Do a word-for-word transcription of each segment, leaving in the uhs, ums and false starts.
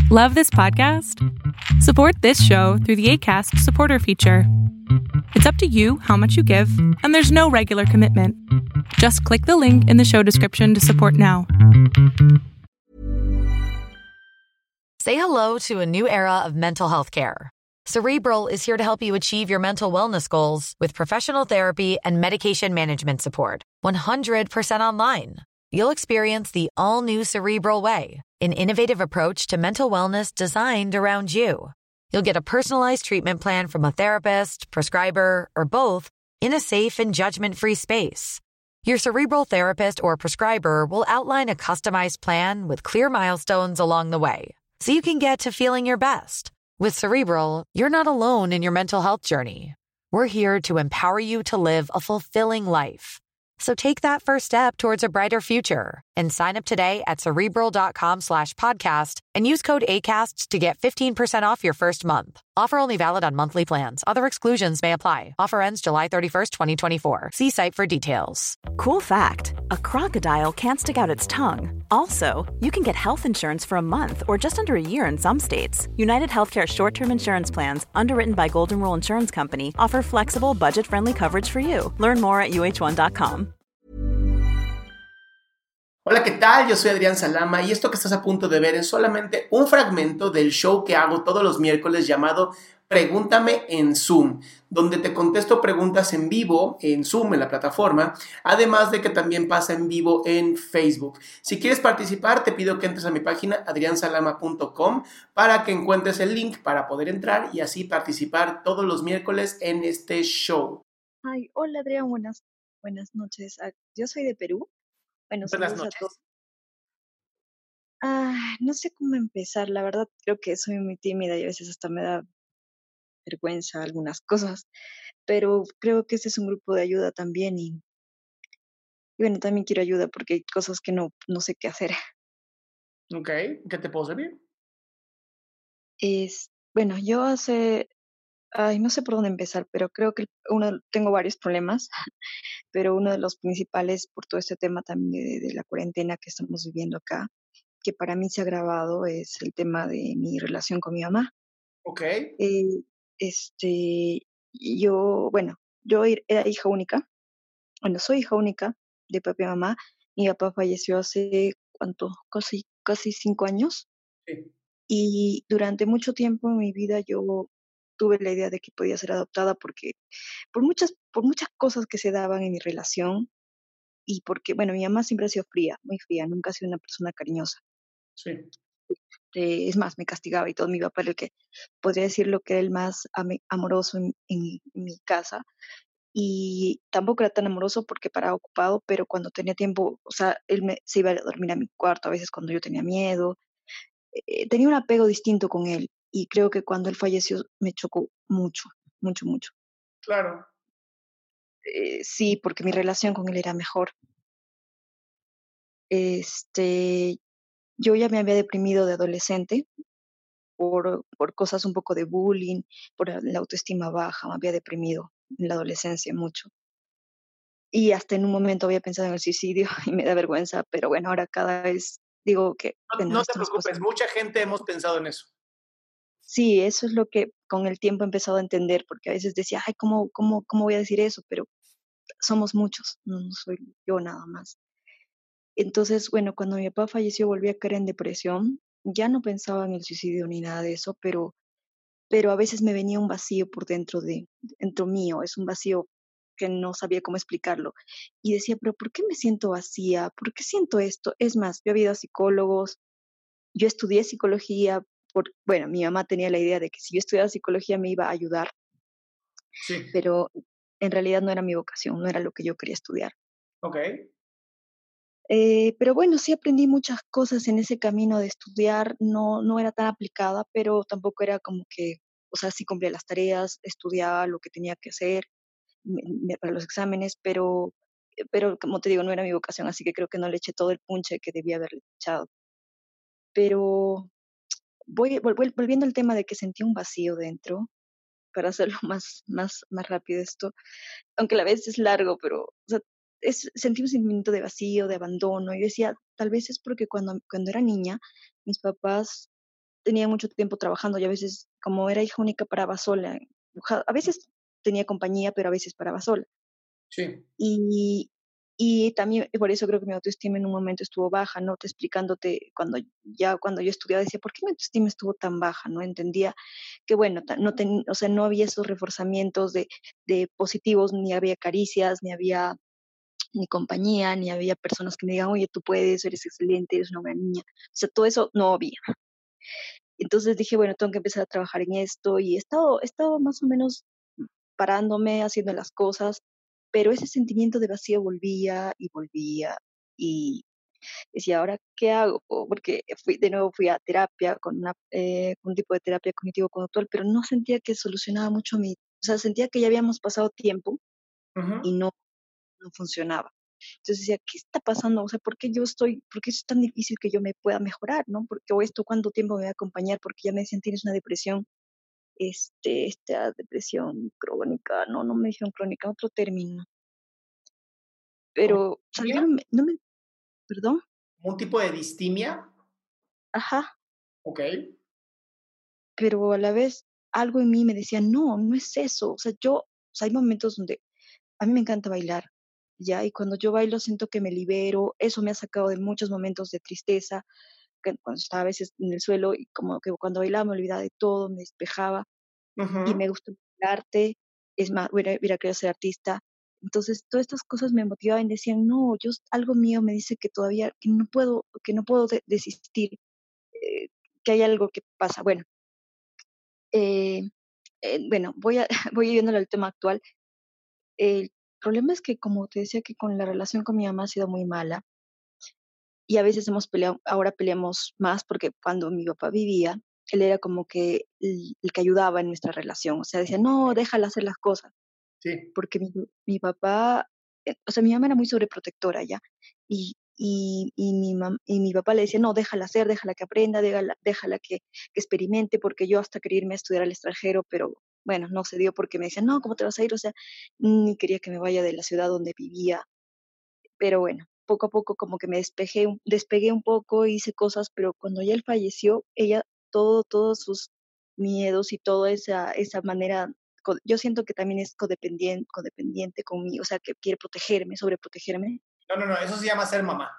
Love this podcast? Support this show through the Acast supporter feature. It's up to you how much you give, and there's no regular commitment. Just click the link in the show description to support now. Say hello to a new era of mental health care. Cerebral is here to help you achieve your mental wellness goals with professional therapy and medication management support. one hundred percent online. You'll experience the all-new Cerebral Way, an innovative approach to mental wellness designed around you. You'll get a personalized treatment plan from a therapist, prescriber, or both in a safe and judgment-free space. Your Cerebral therapist or prescriber will outline a customized plan with clear milestones along the way, so you can get to feeling your best. With Cerebral, you're not alone in your mental health journey. We're here to empower you to live a fulfilling life. So take that first step towards a brighter future and sign up today at Cerebral.com slash podcast and use code ACAST to get fifteen percent off your first month. Offer only valid on monthly plans. Other exclusions may apply. Offer ends July thirty-first, twenty twenty-four. See site for details. Cool fact, a crocodile can't stick out its tongue. Also, you can get health insurance for a month or just under a year in some states. United Healthcare short-term insurance plans, underwritten by Golden Rule Insurance Company, offer flexible, budget-friendly coverage for you. Learn more at U H one dot com. Hola, ¿qué tal? Yo soy Adrián Salama y esto que estás a punto de ver es solamente un fragmento del show que hago todos los miércoles llamado Pregúntame en Zoom, donde te contesto preguntas en vivo, en Zoom, en la plataforma, además de que también pasa en vivo en Facebook. Si quieres participar, te pido que entres a mi página adrian salama punto com para que encuentres el link para poder entrar y así participar todos los miércoles en este show. Ay, hola Adrián, buenas, buenas noches. Ah, Yo soy de Perú. Bueno, Buenas saludos a noches. todos. Ah, no sé cómo empezar, la verdad creo que soy muy tímida y a veces hasta me da vergüenza algunas cosas, pero creo que este es un grupo de ayuda también y, y bueno, también quiero ayuda porque hay cosas que no, no sé qué hacer. Ok, ¿qué te puedo servir? Es, bueno, yo hace, ay, no sé por dónde empezar, pero creo que uno, tengo varios problemas, pero uno de los principales por todo este tema también de, de la cuarentena que estamos viviendo acá, que para mí se ha agravado, es el tema de mi relación con mi mamá. Ok, Eh, este, yo, bueno, yo er- era hija única, bueno, soy hija única de papá y mamá. Mi papá falleció hace, ¿cuánto? Casi, casi cinco años. sí, Y durante mucho tiempo en mi vida yo tuve la idea de que podía ser adoptada porque, por muchas, por muchas cosas que se daban en mi relación y porque, bueno, mi mamá siempre ha sido fría, muy fría, nunca ha sido una persona cariñosa. sí, Eh, es más, me castigaba y todo. Mi papá era el que podría decir lo que era el más ame- amoroso en, en mi en mi casa. Y tampoco era tan amoroso porque paraba ocupado, pero cuando tenía tiempo, o sea, él me, se iba a dormir a mi cuarto a veces cuando yo tenía miedo. Eh, tenía un apego distinto con él y creo que cuando él falleció me chocó mucho, mucho, mucho. claro. Eh, sí, porque mi relación con él era mejor. Este, yo ya me había deprimido de adolescente por, por cosas un poco de bullying, por la autoestima baja, me había deprimido en la adolescencia mucho. Y hasta en un momento había pensado en el suicidio y me da vergüenza, pero bueno, ahora cada vez digo que, No, bueno, no te esto nos pasa. preocupes, mucha gente hemos pensado en eso. Sí, eso es lo que con el tiempo he empezado a entender, porque a veces decía, ay, ¿cómo, cómo, cómo voy a decir eso? Pero somos muchos, no, no soy yo nada más. Entonces, bueno, cuando mi papá falleció volví a caer en depresión. Ya no pensaba en el suicidio ni nada de eso, pero, pero a veces me venía un vacío por dentro de, dentro mío, es un vacío que no sabía cómo explicarlo. Y decía, pero ¿por qué me siento vacía? ¿Por qué siento esto? Es más, yo había ido a psicólogos, yo estudié psicología, por, bueno, mi mamá tenía la idea de que si yo estudiaba psicología me iba a ayudar, Sí, pero en realidad no era mi vocación, no era lo que yo quería estudiar. ok, Eh, pero bueno, sí aprendí muchas cosas en ese camino de estudiar, no, no era tan aplicada, pero tampoco era como que, o sea, sí cumplía las tareas, estudiaba lo que tenía que hacer me- me- para los exámenes, pero, eh, pero como te digo, no era mi vocación, así que creo que no le eché todo el punche que debía haberle echado. Pero voy, vol- vol- volviendo al tema de que sentí un vacío dentro, para hacerlo más, más, más rápido esto, aunque a la vez es largo, pero o sea, es, sentí un sentimiento de vacío, de abandono, y decía, tal vez es porque cuando, cuando era niña, mis papás tenía mucho tiempo trabajando y a veces, como era hija única, paraba sola. Ja- A veces tenía compañía, pero a veces paraba sola. Sí. Y, y también por eso creo que mi autoestima en un momento estuvo baja, ¿no? Te explicándote, cuando ya cuando yo estudiaba decía, ¿por qué mi autoestima estuvo tan baja? No entendía que, bueno, ta- no ten- o sea, no había esos reforzamientos de, de positivos, ni había caricias, ni había ni compañía, ni había personas que me digan, oye, tú puedes, eres excelente, eres una buena niña. O sea, todo eso no había. Entonces dije, bueno, tengo que empezar a trabajar en esto y he estado, he estado más o menos parándome, haciendo las cosas, pero ese sentimiento de vacío volvía y volvía y decía, ¿ahora qué hago? Po- Porque fui, de nuevo fui a terapia con una, eh, un tipo de terapia cognitivo-conductual, pero no sentía que solucionaba mucho mi, o sea, sentía que ya habíamos pasado tiempo y Ujú. no, no funcionaba. Entonces decía, ¿qué está pasando? O sea, ¿por qué yo estoy, por qué es tan difícil que yo me pueda mejorar, ¿no? Porque o esto, ¿cuánto tiempo me va a acompañar? Porque ya me decían, tienes una depresión, este, esta depresión crónica, no, no me dijeron crónica, otro término. ¿Como Pero, o sea, yo distimia? no me, no me, perdón, ¿Un tipo de distimia? ajá, Ok. pero a la vez algo en mí me decía, no, no es eso. O sea, yo, o sea, hay momentos donde a mí me encanta bailar, ¿ya? Y cuando yo bailo siento que me libero, eso me ha sacado de muchos momentos de tristeza, que cuando estaba a veces en el suelo y como que cuando bailaba me olvidaba de todo, me despejaba y Ujú. me gusta el arte, es más, hubiera, hubiera querido ser artista. Entonces, todas estas cosas me motivaban y decían, no, yo, algo mío me dice que todavía, que no puedo, que no puedo de- desistir, eh, que hay algo que pasa. Bueno, eh, eh, bueno, voy a, voy yéndole al tema actual. El problema es que, como te decía, que con la relación con mi mamá ha sido muy mala y a veces hemos peleado, ahora peleamos más porque cuando mi papá vivía, él era como que el, el que ayudaba en nuestra relación. O sea, decía, no, déjala hacer las cosas. Sí. Porque mi, mi papá, eh, o sea, mi mamá era muy sobreprotectora ya, y, y, y, mi mam- y mi papá le decía, no, déjala hacer, déjala que aprenda, déjala, déjala que, que experimente, porque yo hasta quería irme a estudiar al extranjero, pero bueno, no se dio porque me decía, no, ¿cómo te vas a ir? O sea, ni quería que me vaya de la ciudad donde vivía, pero bueno, poco a poco como que me despejé, un- despegué un poco, hice cosas, pero cuando ya él falleció, ella, todo, todos sus miedos y toda esa, esa manera, co- yo siento que también es codependiente, codependiente conmigo, o sea, que quiere protegerme, sobreprotegerme, No, no, no, eso se llama ser mamá.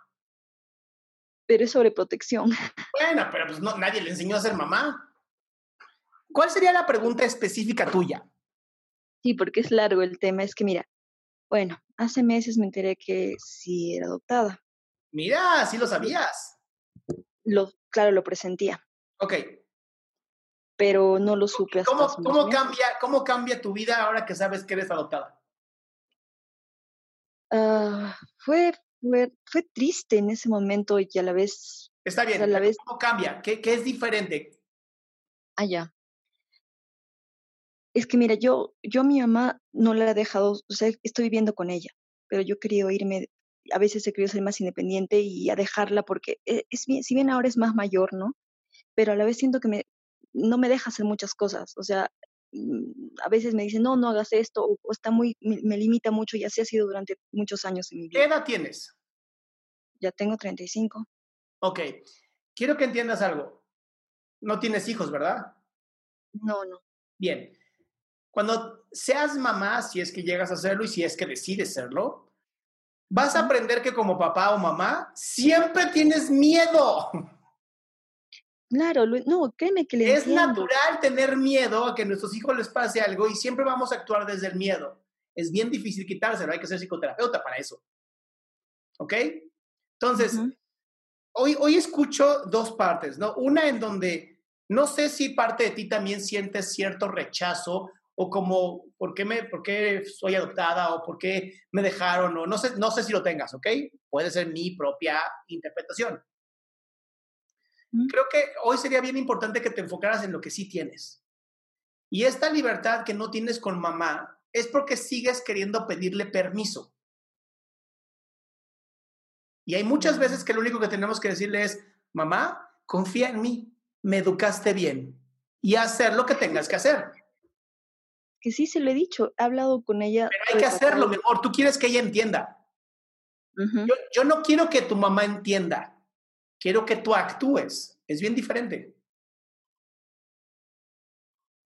pero es sobreprotección. Bueno, pero pues no, nadie le enseñó a ser mamá. ¿Cuál sería la pregunta específica tuya? Sí, porque es largo el tema, es que mira, bueno, hace meses me enteré que sí era adoptada, Mira, sí lo sabías. lo, claro, lo presentía, Ok. pero no lo supe hasta ¿Cómo, hace unos cómo, meses. cambia, ¿Cómo cambia tu vida ahora que sabes que eres adoptada? Ah, fue, fue, fue triste en ese momento y a la vez, Está o sea, a bien, la pero vez, ¿cómo cambia? ¿Qué, qué es diferente? allá. Es que mira, yo, yo a mi mamá no la he dejado, o sea, estoy viviendo con ella, pero yo he querido irme, a veces he querido ser más independiente y a dejarla porque e- es bien, si bien ahora es más mayor, ¿no? Pero a la vez siento que me, no me deja hacer muchas cosas, o sea, mm, a veces me dice, no, no hagas esto, o, o está muy, me, me limita mucho y así ha sido durante muchos años en mi ¿Qué vida. edad tienes? Ya tengo treinta y cinco. Ok. Quiero que entiendas algo. No tienes hijos, ¿verdad? No, no. Bien. Cuando seas mamá, si es que llegas a serlo y si es que decides serlo, vas a Ujú. aprender que como papá o mamá siempre tienes miedo. Claro, lo- no, créeme que le Es entiendo. natural tener miedo a que a nuestros hijos les pase algo y siempre vamos a actuar desde el miedo. Es bien difícil quitárselo, hay que ser psicoterapeuta para eso. ¿Ok? Entonces, Ujú. hoy, hoy escucho dos partes, ¿no? Una en donde no sé si parte de ti también sientes cierto rechazo o como, ¿por qué, me, por qué soy adoptada o por qué me dejaron? O no sé, no sé si lo tengas, ¿ok? Puede ser mi propia interpretación. Mm. Creo que hoy sería bien importante que te enfocaras en lo que sí tienes. Y esta libertad que no tienes con mamá es porque sigues queriendo pedirle permiso. Y hay muchas veces que lo único que tenemos que decirle es, mamá, confía en mí, me educaste bien y hacer lo que tengas que hacer. Que sí se lo he dicho, he hablado con ella Pero hay por que el pasado. hacerlo, mi amor. Tú quieres que ella entienda. Ujú. Yo, yo no quiero que tu mamá entienda. Quiero que tú actúes. Es bien diferente.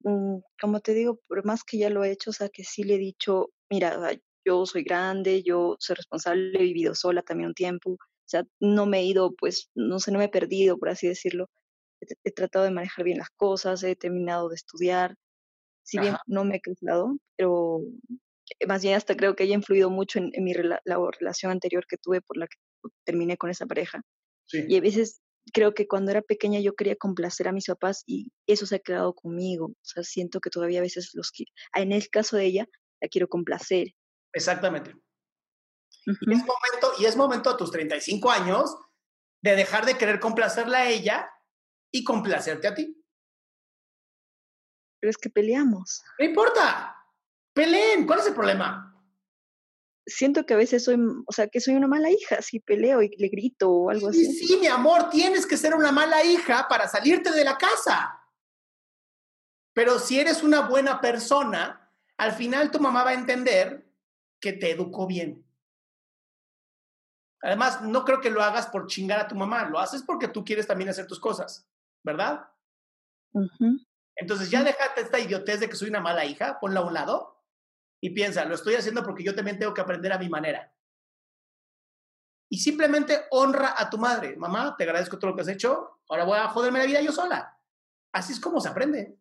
mm, como te digo, por más que ya lo he hecho, o sea, que sí le he dicho, mira, o sea, yo soy grande, yo soy responsable, he vivido sola también un tiempo, o sea, no me he ido, pues, no sé, no me he perdido, por así decirlo. He, he tratado de manejar bien las cosas, he terminado de estudiar, si bien Ajá, no me he casado, pero eh, más bien hasta creo que haya influido mucho en, en mi rela- la relación anterior que tuve por la que terminé con esa pareja. Y a sí. veces creo que cuando era pequeña yo quería complacer a mis papás y eso se ha quedado conmigo. O sea, siento que todavía a veces los que, ah, en el caso de ella, la quiero complacer. Exactamente. Y es Ujú. momento, y es momento a tus treinta y cinco años de dejar de querer complacerla a ella y complacerte a ti. Pero es que peleamos. No importa. Peleen. ¿Cuál es el problema? Siento que a veces soy, o sea, que soy una mala hija, si peleo y le grito o algo Y así. sí, mi amor, tienes que ser una mala hija para salirte de la casa. Pero si eres una buena persona, al final tu mamá va a entender que te educó bien. Además, no creo que lo hagas por chingar a tu mamá, lo haces porque tú quieres también hacer tus cosas, ¿verdad? Ujú, Entonces ya sí, déjate esta idiotez de que soy una mala hija, ponla a un lado y piensa, lo estoy haciendo porque yo también tengo que aprender a mi manera. Y simplemente honra a tu madre. Mamá, te agradezco todo lo que has hecho, ahora voy a joderme la vida yo sola. Así es como se aprende.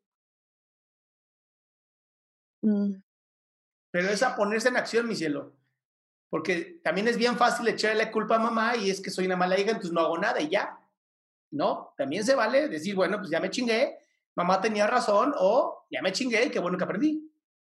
mm, Pero es a ponerse en acción, mi cielo. Porque también es bien fácil echarle la culpa a mamá y es que soy una mala hija, entonces no hago nada y ya. No, también se vale decir, bueno, pues ya me chingué, mamá tenía razón o ya me chingué y qué bueno que aprendí.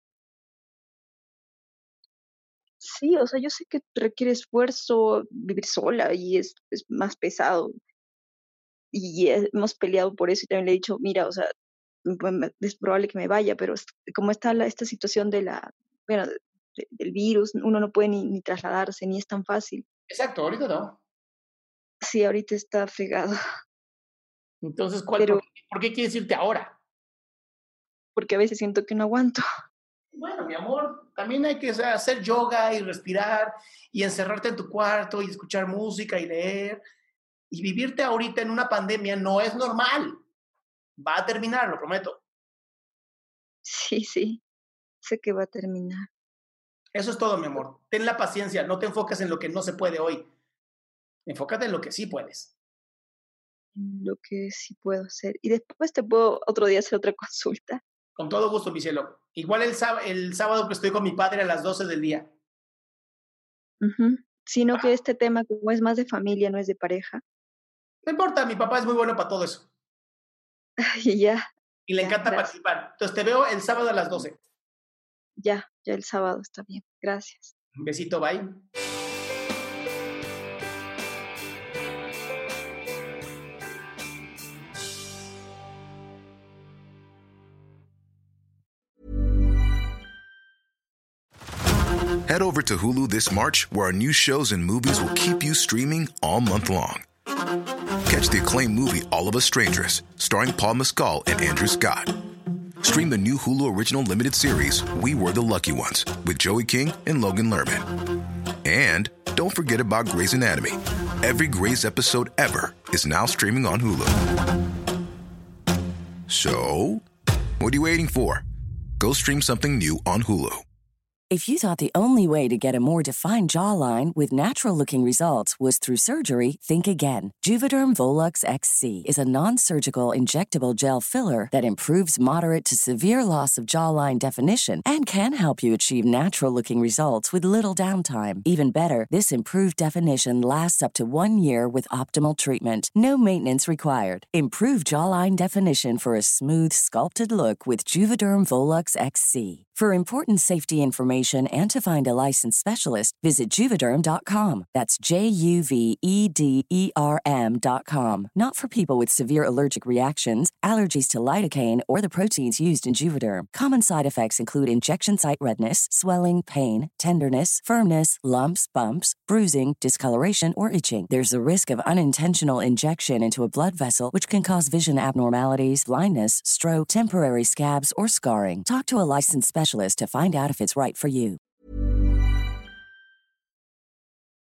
sí, o sea, yo sé que requiere esfuerzo vivir sola y es, es más pesado. Y hemos peleado por eso y también le he dicho, mira, o sea, pues, me- es probable que me vaya, pero es- como está la, esta situación de la, bueno, de- del virus, uno no puede ni, ni trasladarse, ni es tan fácil. Exacto, ahorita no. Sí, ahorita está fregado, Entonces, ¿cuál, por, pero qué, ¿por qué quieres irte ahora? porque a veces siento que no aguanto. Bueno, mi amor, también hay que hacer yoga y respirar y encerrarte en tu cuarto y escuchar música y leer. Y vivirte ahorita en una pandemia no es normal. Va a terminar, lo prometo. Sí, sí, sé que va a terminar. Eso es todo, mi amor. Ten la paciencia, no te enfoques en lo que no se puede hoy. Enfócate en lo que sí puedes. En lo que sí puedo hacer. Y después te puedo otro día hacer otra consulta. Con todo gusto, mi cielo. Igual el, sáb- el sábado que estoy con mi padre a las doce del día. Ujú. Sino que este tema, como es más de familia, no es de pareja. No importa, mi papá es muy bueno para todo eso. Y ya, Y le ya, encanta gracias. participar. Entonces te veo el sábado a las doce. Ya, ya el sábado está bien. Gracias. Un besito, bye. Head over to Hulu this March, where our new shows and movies will keep you streaming all month long. Catch the acclaimed movie All of Us Strangers, starring Paul Mescal and Andrew Scott. Stream the new Hulu original limited series We Were the Lucky Ones with Joey King and Logan Lerman. And don't forget about Grey's Anatomy. Every Grey's episode ever is now streaming on Hulu. So, what are you waiting for? Go stream something new on Hulu. If you thought the only way to get a more defined jawline with natural-looking results was through surgery, think again. Juvederm Volux X C is a non-surgical injectable gel filler that improves moderate to severe loss of jawline definition and can help you achieve natural-looking results with little downtime. Even better, this improved definition lasts up to one year with optimal treatment. No maintenance required. Improve jawline definition for a smooth, sculpted look with Juvederm Volux X C. For important safety information and to find a licensed specialist, visit Juvederm dot com. That's J U V E D E R M dot com. Not for people with severe allergic reactions, allergies to lidocaine, or the proteins used in Juvederm. Common side effects include injection site redness, swelling, pain, tenderness, firmness, lumps, bumps, bruising, discoloration, or itching. There's a risk of unintentional injection into a blood vessel, which can cause vision abnormalities, blindness, stroke, temporary scabs, or scarring. Talk to a licensed specialist to find out if it's right for you.